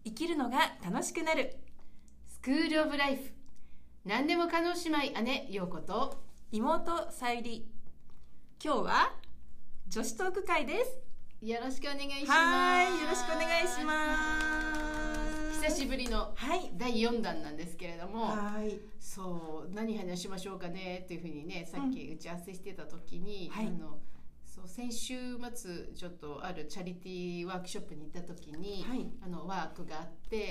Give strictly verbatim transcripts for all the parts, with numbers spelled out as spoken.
生きるのが楽しくなるスクールオブライフ。何でも可能姉妹姉陽子と妹さゆり。今日は女子トーク会です。 よろしくお願いします。 はい、よろしくお願いします。 久しぶりのだいよんだんなんですけれども、 はい、 そう何話しましょうかねっていうふうにね、さっき打ち合わせしてた時に、 うん、 あのそう先週末ちょっとあるチャリティーワークショップに行った時に、はい、あのワークがあって、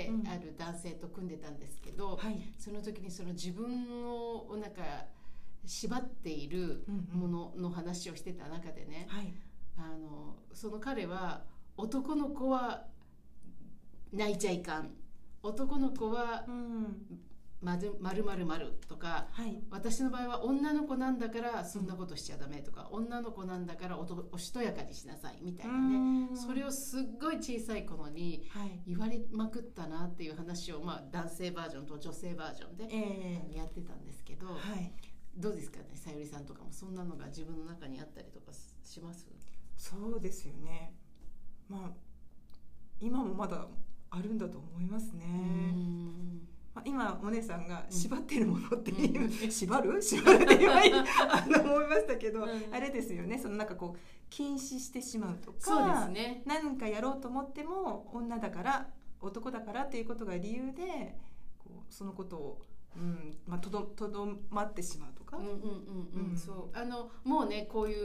うん、ある男性と組んでたんですけど、はい、その時にその自分をなんか縛っているものの話をしてた中でね、はい、あのその彼は男の子は泣いちゃいかん、男の子は、うんまるまるまるとか、はい、私の場合は女の子なんだからそんなことしちゃダメとか、うん、女の子なんだからおとおしとやかにしなさいみたいなね、それをすっごい小さい頃に言われまくったなっていう話を、まあ、男性バージョンと女性バージョンで、えー、やってたんですけど、はい、どうですかね、さゆりさんとかもそんなのが自分の中にあったりとかします？ そうですよね、まあ、今もまだあるんだと思いますね。うんまあ、今お姉さんが縛ってるものっていう、うん、縛る縛るって今あの思いましたけど、うん、あれですよね、そのなんかこう禁止してしまうとか、 そうですね、 何かやろうと思っても女だから男だからっていうことが理由でこうそのことをうんまあ、とど、とどまってしまうとか、うんうんうんうん、そうあのもうねこういう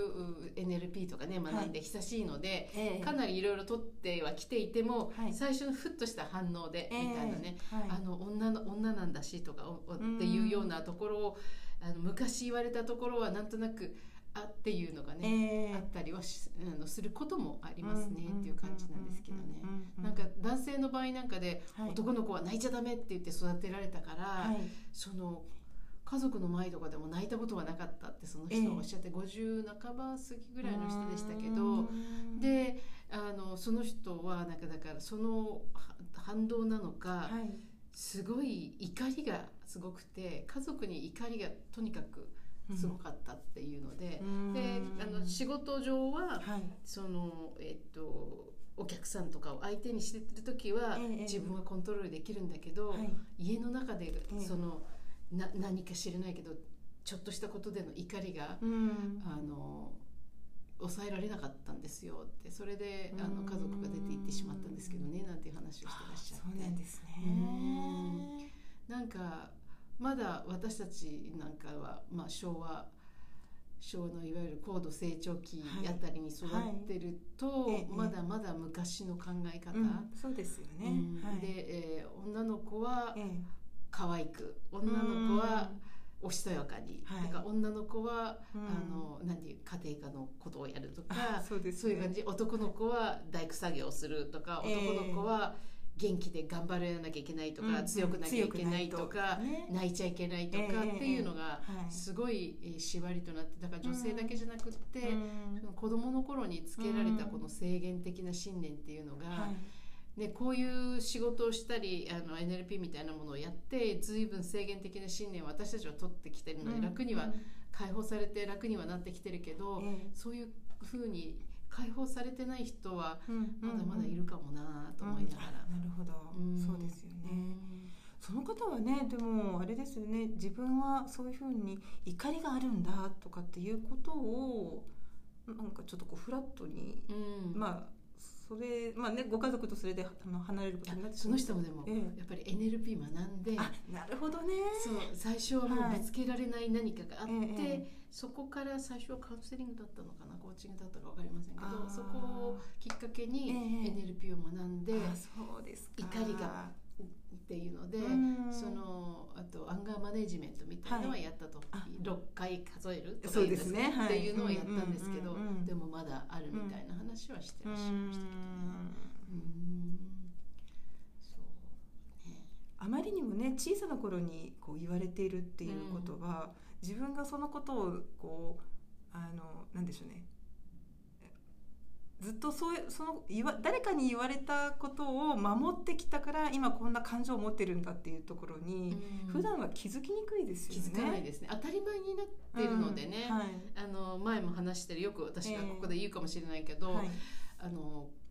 エヌエルピー とかね学んで久しいので、はい、かなりいろいろとってはきていても、はい、最初のふっとした反応で、みたいなね、はい、あの 女の女なんだしとかっていうようなところを、あの昔言われたところはなんとなくあっていうのがね、えー、あったりはしあのすることもありますね、うん、っていう感じなんですけどね、うん、なんか男性の場合なんかで、はい、男の子は泣いちゃダメって言って育てられたから、はい、その家族の前とかでも泣いたことはなかったってその人がおっしゃって、えー、ごじゅう半ば過ぎぐらいの人でしたけど、であのその人はなんかだからその反動なのか、はい、すごい怒りがすごくて、家族に怒りがとにかくすごかったっていうので、うん、であの仕事上は、はい、そのえっとお客さんとかを相手にしてる時は、ええ、自分はコントロールできるんだけど、はい、家の中でその、ええ、な何か知れないけどちょっとしたことでの怒りが、うん、あの抑えられなかったんですよって、それであの家族が出て行ってしまったんですけどね、なんていう話をしてらっしゃって。 そうなんですね。 うんなんかまだ私たちなんかは、まあ、昭和昭和のいわゆる高度成長期あたりに育ってると、はいはい、まだまだ昔の考え方、うん、 そうですよね、 うんはい、で、えー、女の子は可愛く、女の子はおしとやかに、はい、か女の子は、うん、あの何ていう家庭科のことをやるとか、そうですね、そういう感じ、男の子は大工作業をするとか、男の子は、えー元気で頑張らなきゃいけないとか、うん、強くなきゃいけないとか、ね、泣いちゃいけないとかっていうのがすごい縛りとなって、だから女性だけじゃなくって、うん、その子供の頃につけられたこの制限的な信念っていうのが、うんね、こういう仕事をしたりあの エヌエルピー みたいなものをやって随分制限的な信念を私たちは取ってきてるので、楽には解放されて楽にはなってきてるけど、そういう風に解放されてない人はまだまだいるかもなと思いながら、 うんうんうん、なるほど、うん、そうですよね、うん、その方はね、でもあれですよね、自分はそういうふうに怒りがあるんだとかっていうことをなんかちょっとこうフラットに、うん、まあそれまあね、ご家族とそれで離れることになってその人もでも、ええ、やっぱり エヌエルピー 学んで、 あ、なるほどね、 そう最初はもうぶつけられない何かがあって、はいええ、そこから最初はカウンセリングだったのかな、コーチングだったか分かりませんけど、そこをきっかけに エヌエルピー を学んで、 あ、そうですか、 怒りがっていうので、そのあとアンガーマネジメントみたいなのはやったと、はい、ろっかい数えるとかそうですね、 はい、っていうのをやったんですけど、でもまだあるみたいな話はしてらっしゃいましたけどね。うん、 そうね、あまりにもね小さな頃にこう言われているっていうことは、うん、自分がそのことをこうあのなんでしょうね、ずっとそうその言わ誰かに言われたことを守ってきたから今こんな感情を持ってるんだっていうところに、うん、普段は気づきにくいですよね。 気づかないですね。当たり前になってるのでね、うんはい、あの前も話してる、よく私がここで言うかもしれないけど、えーはい、あの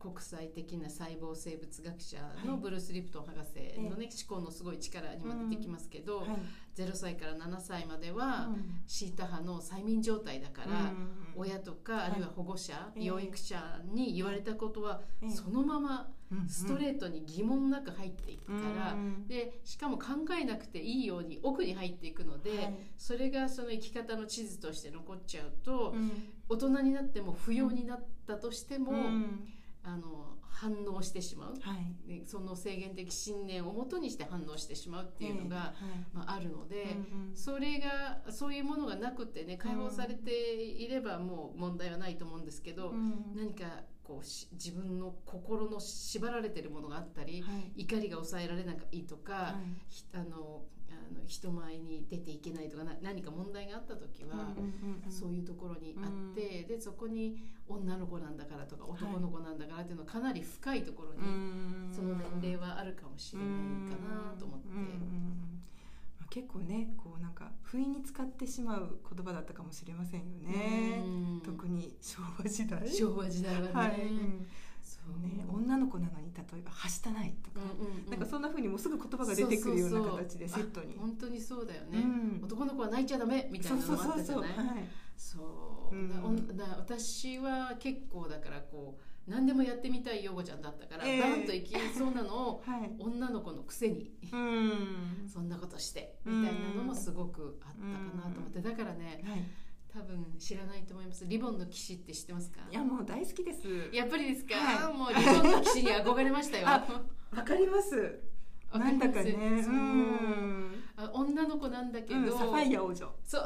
国際的な細胞生物学者のブルース・リプトン博士のね、思考のすごい力にも出てきますけど、ゼロさいからななさいまではシータ派の催眠状態だから、親とかあるいは保護者、養育者に言われたことはそのままストレートに疑問なく入っていくから、でしかも考えなくていいように奥に入っていくので、それがその生き方の地図として残っちゃうと、大人になっても不要になったとしても、あの反応してしまう、はい、その制限的信念をもとにして反応してしまうっていうのが、はいまあ、あるので、うんうん、それがそういうものがなくてね、解放されていればもう問題はないと思うんですけど、うん、何かこう自分の心の縛られているものがあったり、はい、怒りが抑えられないとか、はい、あのあの人前に出ていけないとか、何か問題があった時は、うんうんうん、そういうところにあって、うん、でそこに女の子なんだからとか男の子なんだからっていうのはかなり深いところに、はい、その年齢はあるかもしれないかなと思って、うんうんうんまあ、結構ねこうなんか不意に使ってしまう言葉だったかもしれませんよね、うん、特に昭和時代昭和時代はね、はいうんそうね、女の子なのに例えばはしたないとか、うんうんうん、なんかそんな風にもうすぐ言葉が出てくるような形でセットに。 本当にそうだよね、うん、男の子は泣いちゃダメみたいなのもあったじゃない。そう、だだ私は結構だからこう何でもやってみたい陽子ちゃんだったから、えー、バンといきそうなのを、はい、女の子のくせに、うん、そんなことしてみたいなのもすごくあったかなと思って、だからね、はい多分知らないと思います。リボンの騎士って知ってますか？ いやもう大好きです。 やっぱりですか？はい、もうリボンの騎士に憧れましたよ。 わかります。なんだかね、うん、 女の子なんだけど、 うん、サファイア王女。 そう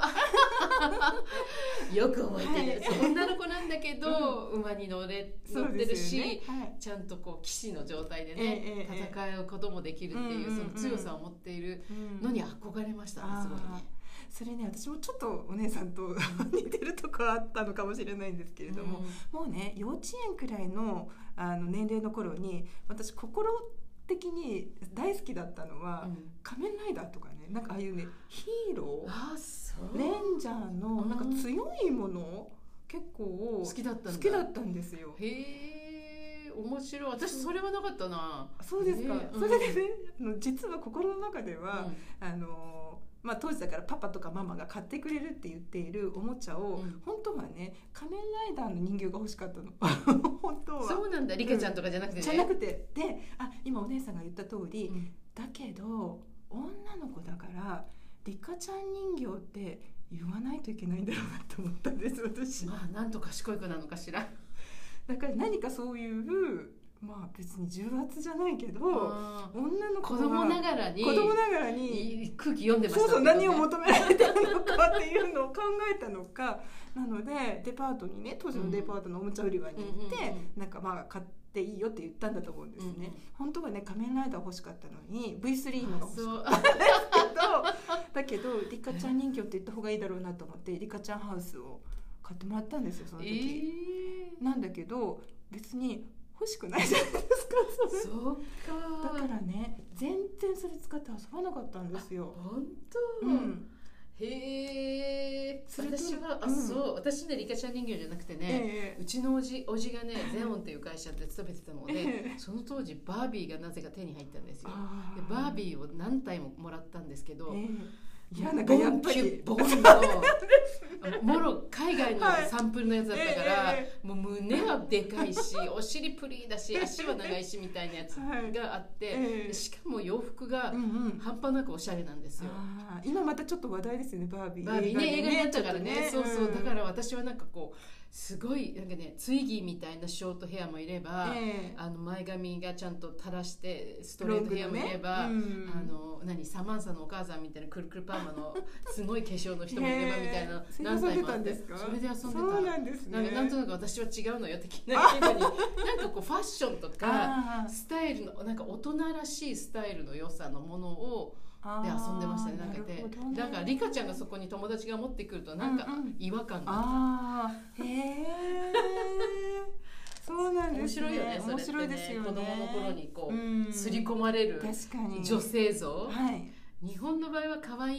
よく覚えてる。はい、そう女の子なんだけど、うん、馬に乗れ乗ってるし、ねはい、ちゃんとこう騎士の状態でね、えー、戦うこともできるっていう、うん、その強さを持っているのに憧れましたね、すごいね。 それね私もちょっとお姉さんと似てるとこあったのかもしれないんですけれども、うん、もうね幼稚園くらい の, あの年齢の頃に私心的に大好きだったのは、うん、仮面ライダーとかね、なんかああいうねヒーローあそうレンジャーのなんか強いもの、うん、結構好きだったんだ。 好きだったんですよ。 へえ面白い。私それはなかったな。 そうですか、それでね、うん、実は心の中では、うん、あのまあ、当時だからパパとかママが買ってくれるって言っているおもちゃを、うん、本当はね仮面ライダーの人形が欲しかったの本当は。 そうなんだ。リカちゃんとかじゃなくてね、 うん、じゃなくてであ今お姉さんが言った通り、うん、だけど女の子だからリカちゃん人形って言わないといけないんだろうなと思ったんです私。 まあなんと賢い子なのかしら。 だから何かそういうまあ別に重圧じゃないけど女の子子供ながらに子供ながらに空気読んでました、ね、 そうそう何を求められてるのかっていうのを考えたのかなのでデパートにね当時のデパートのおもちゃ売り場に行って、うん、なんかまあ買っていいよって言ったんだと思うんですね、うんうん、本当はね仮面ライダー欲しかったのに ブイスリー のが欲しかったんですけどだけどリカちゃん人形って言った方がいいだろうなと思ってリカちゃんハウスを買ってもらったんですよその時、えー、なんだけど別に欲しくないじゃないですかそれ。 そうか。 だからね全然それ使って遊ばなかったんですよ。 本当、うん、へえ。私はあ、うん、そう私ねリカちゃん人形じゃなくてね、えー、うちのおじおじがねゼオンっていう会社で勤めてたので、えー、その当時バービーがなぜか手に入ったんですよ。でバービーを何体ももらったんですけど、えーいやなんかやっぱりボンのもろ海外のサンプルのやつだったから、はいえー、もう胸はでかいしお尻プリーだし足は長いしみたいなやつがあって、はいえー、しかも洋服が半端なくおしゃれなんですよ、 うんうん、今またちょっと話題ですよねバービー。 バービーね映画になったからね、ねそうそう、うん、だから私はなんかこうすごいなんかねツイギーみたいなショートヘアもいれば、えー、あの前髪がちゃんと垂らしてストレートヘアもいれば、ねうん、あの何サマンサのお母さんみたいなクルクルパーマのすごい化粧の人もいればみたいな何歳もあって、 それで遊んでた。 そうなんですね。 なんかなんとなく私は違うのよ的な気分になんかこうファッションとかスタイルのなんか大人らしいスタイルの良さのものをで遊んでましたね。なんかで、ね、だからリカちゃんがそこに友達が持ってくるとなんか違和感がある、うんうん、へえそうなんですね。 面白いよね。それってね、面白いですよね。子供の頃にこう、うん、刷り込まれる女性像、はい、日本の場合は可愛い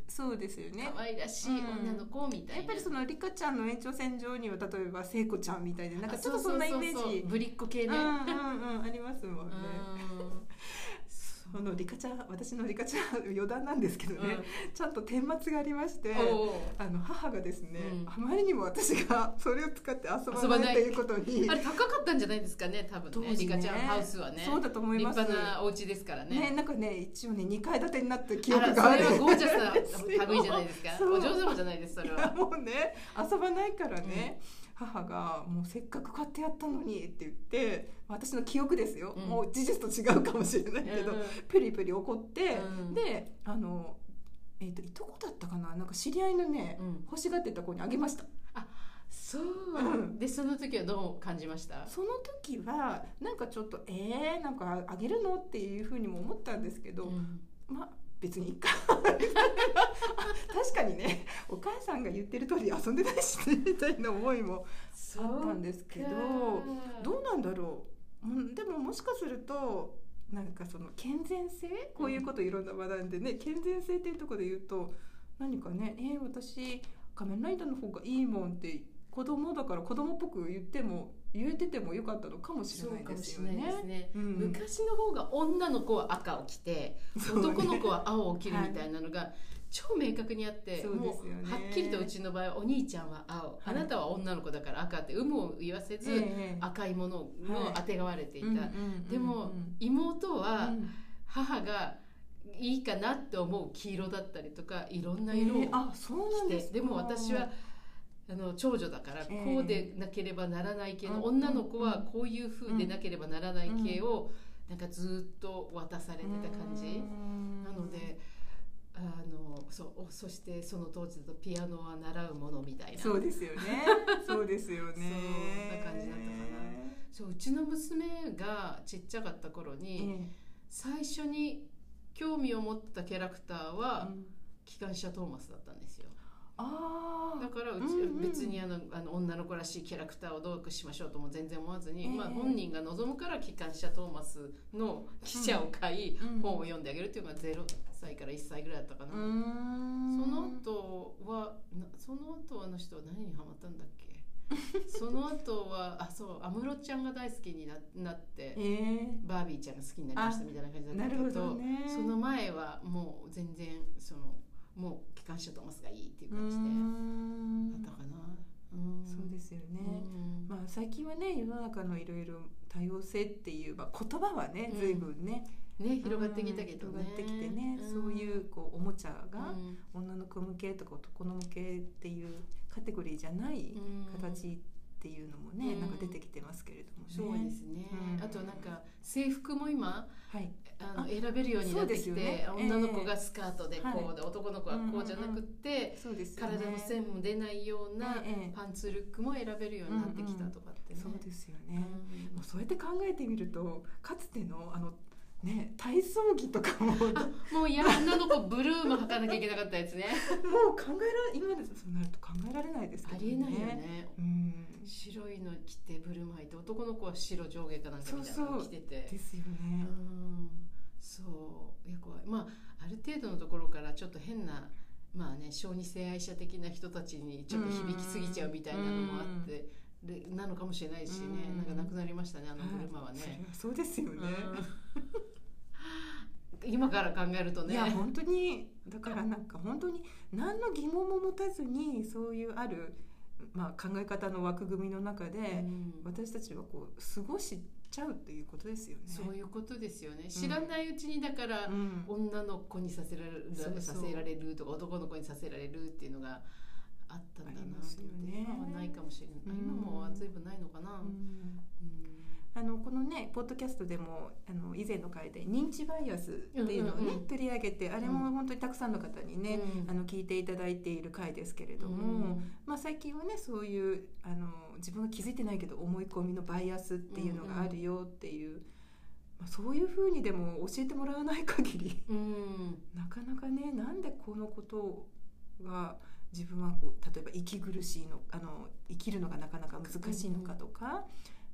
そうですよね。 可愛らしい女の子みたいな、うん、 やっぱりそのリカちゃんの延長線上には例えば聖子ちゃんみたいでなんかちょっとそんなイメージ、 そうそうそうそう、ぶりっ子系ね、 うんうんうん、ありますもんね。そのリカちゃん、私のリカちゃん余談なんですけどね、うん、ちゃんと顛末がありまして、あの母がですね、うん、あまりにも私がそれを使って遊ばないということに、 あれ高かったんじゃないですかね、多分ね、ねリカちゃんハウスはね。 そうだと思います。 立派なお家ですからね。 ね、なんかね一応ねにかい建てになった記憶がある。 あら、それはゴージャスな類じゃないですか。お嬢様じゃないですそれは。 もうね遊ばないからね。うん、母がもうせっかく買ってやったのにって言って私の記憶ですよ、うん、もう事実と違うかもしれないけど、うん、プリプリ怒って、うん、であの、えーと、いとこだったかな、なんか知り合いのね、うん、欲しがってた子にあげました。 あ、そう、うん、でその時はどう感じました？ その時はなんかちょっとえー、なんかあげるのっていうふうにも思ったんですけど、うん、まあ別にいいか確かにねお母さんが言ってる通り遊んでないしねみたいな思いもあったんですけど、どうなんだろう、うん、でももしかするとなんかその健全性、こういうこといろんな学んでね、うん、健全性っていうところで言うと何かね、えー、私仮面ライダーの方がいいもんって子供だから子供っぽく言っても言えててもよかったのかもしれないですよね。そうかもしれないですね、うん、 昔の方が女の子は赤を着て、男の子は青を着るみたいなのが超明確にあって、 そうですよね、 もうはっきりとうちの場合はお兄ちゃんは青、はい、あなたは女の子だから赤って有無を言わせず、えー、赤いものをあてがわれていた、はい、でも妹は母がいいかなって思う黄色だったりとかいろんな色を着て、えー、あ、そうなんですか。でも私はあの長女だからこうでなければならない系の、えー、女の子はこういう風でなければならない系をなんかずっと渡されてた感じなので、あの そ, そしてその当時だとピアノは習うものみたいな、 そうですよねそうですよねそんな感じだったかな。そう、うちの娘がちっちゃかった頃に、えー、最初に興味を持ったキャラクターは、うん、機関車トーマスだったんですよ。あだからうち、うんうん、別にあのあの女の子らしいキャラクターをどうかしましょうとも全然思わずに、えーまあ、本人が望むから機関車トーマスの記者を買い、うん、本を読んであげるっていうのがゼロさいからいっさいぐらいだったかな。その後はその後あの人は何にハマったんだっけその後はあそう安室ちゃんが大好きに な, なって、えー、バービーちゃんが好きになりましたみたいな感じだったけ ど, ど、ね、その前はもう全然そのもう機関車トーマスがいいっていう感じでだったかな。うん、 そうですよね、まあ、最近はね世の中のいろいろ多様性っていう、まあ、言葉はね随分ね、 うんね、広がってきたけどね、 広がってきてね、うん、そういう、こうおもちゃが女の子向けとか男の向けっていうカテゴリーじゃない形っていうのもね、うん、なんか出てきてますけれどもね。 そうですね、うん、あとなんか制服も今、はい、あの選べるようになってきて、ね、女の子がスカートでこうで、えー、男の子はこうじゃなくって、うんうんうん、体の線も出ないようなパンツルックも選べるようになってきたとかってね、 うんうん、そうですよね、うん、もうそうやって考えてみるとかつてのあのね、体操着とかもあもういや女の子ブルーも履かなきゃいけなかったやつねもう考えられ今ですそうなると考えられないですけどね。 ありえないよね、うん、白いの着てブルーも履いて男の子は白上下かなんかみたいなの着てて、 そうそうですよね、 うん、そういや怖い。まあある程度のところからちょっと変なまあね小児性愛者的な人たちにちょっと響きすぎちゃうみたいなのもあってなのかもしれないしね、なんかなくなりましたねあの車はね、はい、 そうですよね、 今から考えるとね。 いや本当にだからなんか本当に何の疑問も持たずにそういうある、まあ、考え方の枠組みの中で、うん、私たちはこう過ごしちゃうということですよね。 そういうことですよね、うん、知らないうちにだから、うん、女の子にさせられる、そうそうさせられるとか男の子にさせられるっていうのがあったんだなと思って、ね、今はないかもしれない、うん、今も随分ないのかな、うんうん、 あのこのねポッドキャストでもあの以前の回で認知バイアスっていうのをね、うんうんうん、取り上げてあれも本当にたくさんの方にね、うん、あの聞いていただいている回ですけれども、うんまあ、最近はねそういうあの自分が気づいてないけど思い込みのバイアスっていうのがあるよっていう、うんうんまあ、そういう風にでも教えてもらわない限り、うん、なかなかねなんでこのことが自分はこう例えば息苦しいの、あの生きるのがなかなか難しいのかとか、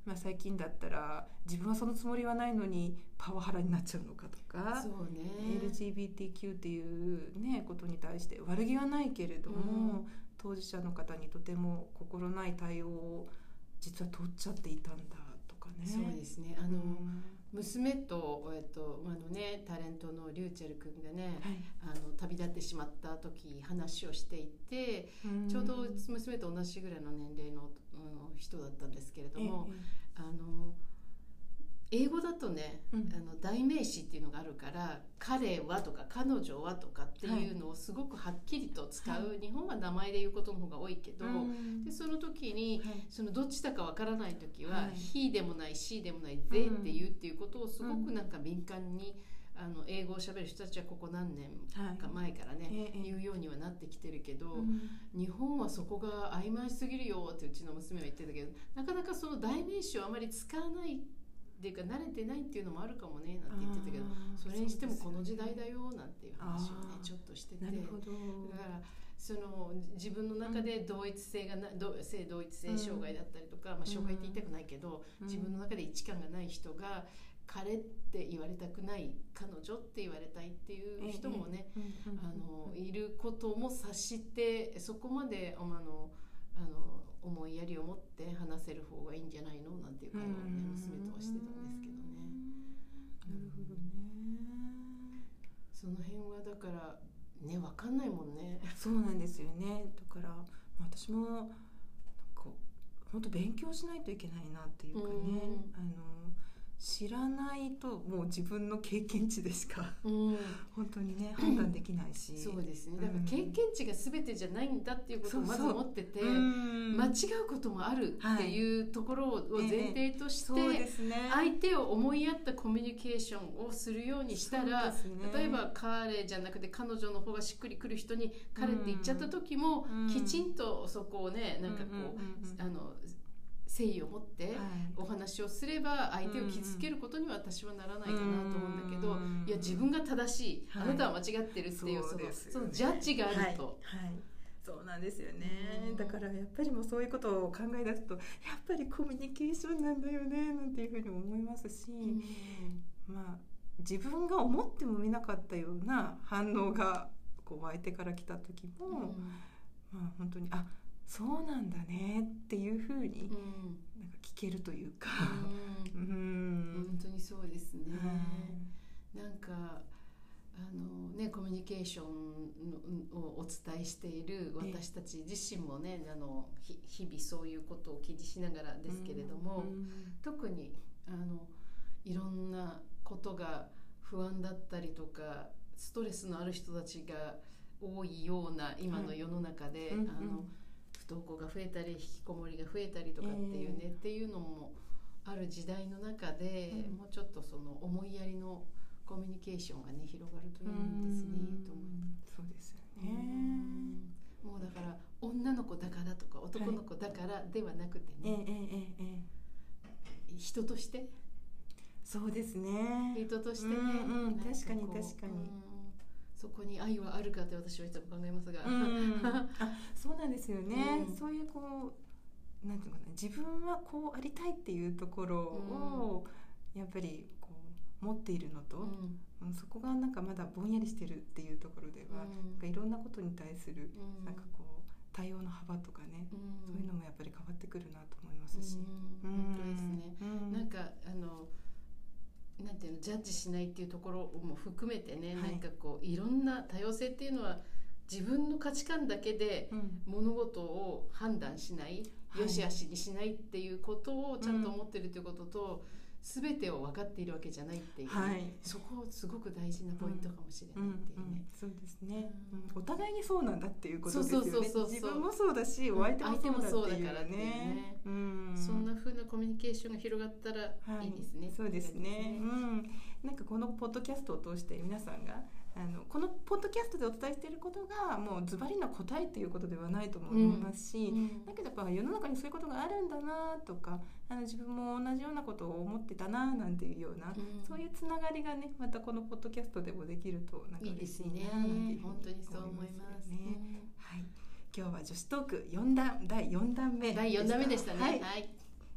まあ、最近だったら自分はそのつもりはないのにパワハラになっちゃうのかとか、 そうね、 エルジービーティーキュー っていう、ね、ことに対して悪気はないけれども、うん、当事者の方にとても心ない対応を実は取っちゃっていたんだとかね。 そうですね、あの、うん、娘と、えっと、あのね、タレントのリューチェル君がね、はい、あの旅立ってしまった時話をしていて、うん、ちょうど娘と同じぐらいの年齢の、うん、人だったんですけれども、ええ、あの英語だとね、うん、あの代名詞っていうのがあるから、彼はとか彼女はとかっていうのをすごくはっきりと使う、はい、日本は名前で言うことの方が多いけど、うん、でその時に、はい、そのどっちだかわからない時は、はい、he でもない she でもない they って言うっていうことをすごくなんか敏感に、あの英語を喋る人たちはここ何年か前からね、はい、言うようにはなってきてるけど、うん、日本はそこが曖昧すぎるよってうちの娘は言ってたけど、なかなかその代名詞をあまり使わないっていうか慣れてないっていうのもあるかもねなんて言ってたけど、それにしてもこの時代だよなんていう話をねちょっとしてて、 なるほど。 だからその自分の中で同一性がな、うん、性同一性障害だったりとか、まあ、障害って言いたくないけど、うん、自分の中で一致感がない人が彼って言われたくない、彼女って言われたいっていう人もね、あのいることも察して、そこまであのあの思いやりを持って話せる方がいいんじゃないのなんていう会話をね、娘とはしてたんですけどね。 なるほどね。 その辺はだからね、分かんないもんね。 そうなんですよね。だから私もなんか本当勉強しないといけないなっていうかね、あの知らないともう自分の経験値でしか、うん、本当にね判断できないし、 そうですね、だから経験値が全てじゃないんだっていうことをまず思ってて、そうそう、間違うこともあるっていうところを前提として、はい、えーね、相手を思いやったコミュニケーションをするようにしたら、ね、例えば彼じゃなくて彼女の方がしっくりくる人に彼って言っちゃった時も、うん、きちんとそこをね、なんかこう、うんうんうんうん、あの誠意を持ってお話をすれば相手を傷つけることには私はならないかなと思うんだけど、いや自分が正しい、あなたは間違ってるっていう、その、そのジャッジがあると、はいはい、 そうなんですよね。だからやっぱりもうそういうことを考え出すとやっぱりコミュニケーションなんだよねなんていうふうに思いますし、まあ自分が思ってもみなかったような反応がこう相手から来た時も、まあ本当にあそうなんだねっていうふうになんか聞けるというか、 うんうん、本当にそうですね、うん、なんかあのね、コミュニケーションをお伝えしている私たち自身もね、あの日々そういうことを気にしながらですけれども、うん、特にあのいろんなことが不安だったりとかストレスのある人たちが多いような今の世の中で、うん、あの不登校が増えたり引きこもりが増えたりとかっていうね、えー、っていうのもある時代の中で、うん、もうちょっとその思いやりのコミュニケーションがね広がるといいんですね、と思います。 そうですよね。 もうだから女の子だからとか男の子だからではなくてね、はい、えーえーえー、人としてそうですね、 人としてね、 うんうん、確かに確かに、 そこに愛はあるかって私はいつも考えますが、 うん、あそうなんですよね、うん、そういうこうなんていうのかな、自分はこうありたいっていうところを、うん、やっぱりこう持っているのと、うん、そこがなんかまだぼんやりしてるっていうところでは、うん、なんかいろんなことに対する、うん、なんかこう対応の幅とかね、うん、そういうのもやっぱり変わってくるなと思いますし、 うんうん、本当ですね、うん、なんかあのなんていうの、ジャッジしないっていうところも含めてね、はい、なんかこういろんな多様性っていうのは自分の価値観だけで物事を判断しない、うん、よしあしにしないっていうことをちゃんと思ってるということと、うん、全てを分かっているわけじゃないっていう、ね、はい、そこすごく大事なポイントかもしれないっていうね、うんうんうん、 そうですね、うん、お互いにそうなんだっていうことですよね。そうそうそうそう、自分もそうだし、お相手もそうだっていうね、相手もそうだからっていうね、うん、そんな風なコミュニケーションが広がったらいいですね、はい、そうですね、うん、なんかこのポッドキャストを通して皆さんがあのこのポッドキャストでお伝えしていることがもうズバリの答えということではないと思いますし、うんうん、だけどやっぱ世の中にそういうことがあるんだなとか、あの自分も同じようなことを思ってたななんていうような、うん、そういうつながりがねまたこのポッドキャストでもできるとなんか嬉しいななんていうふうに思いますね。 本当にそう思いますね、うんはい、今日は女子トークよんだんだいよんだんめだいよんだんめでしたね、 はい、 はい、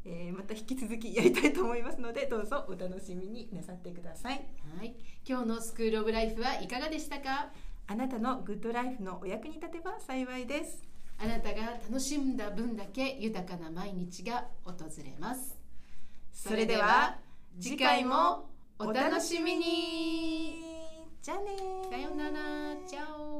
えー、また引き続きやりたいと思いますので、どうぞお楽しみになさってください。 はい、今日のスクールオブライフはいかがでしたか？ あなたのグッドライフのお役に立てば幸いです。 あなたが楽しんだ分だけ豊かな毎日が訪れます。 それでは次回もお楽しみに。じゃあねー。 さようなら。チャオ。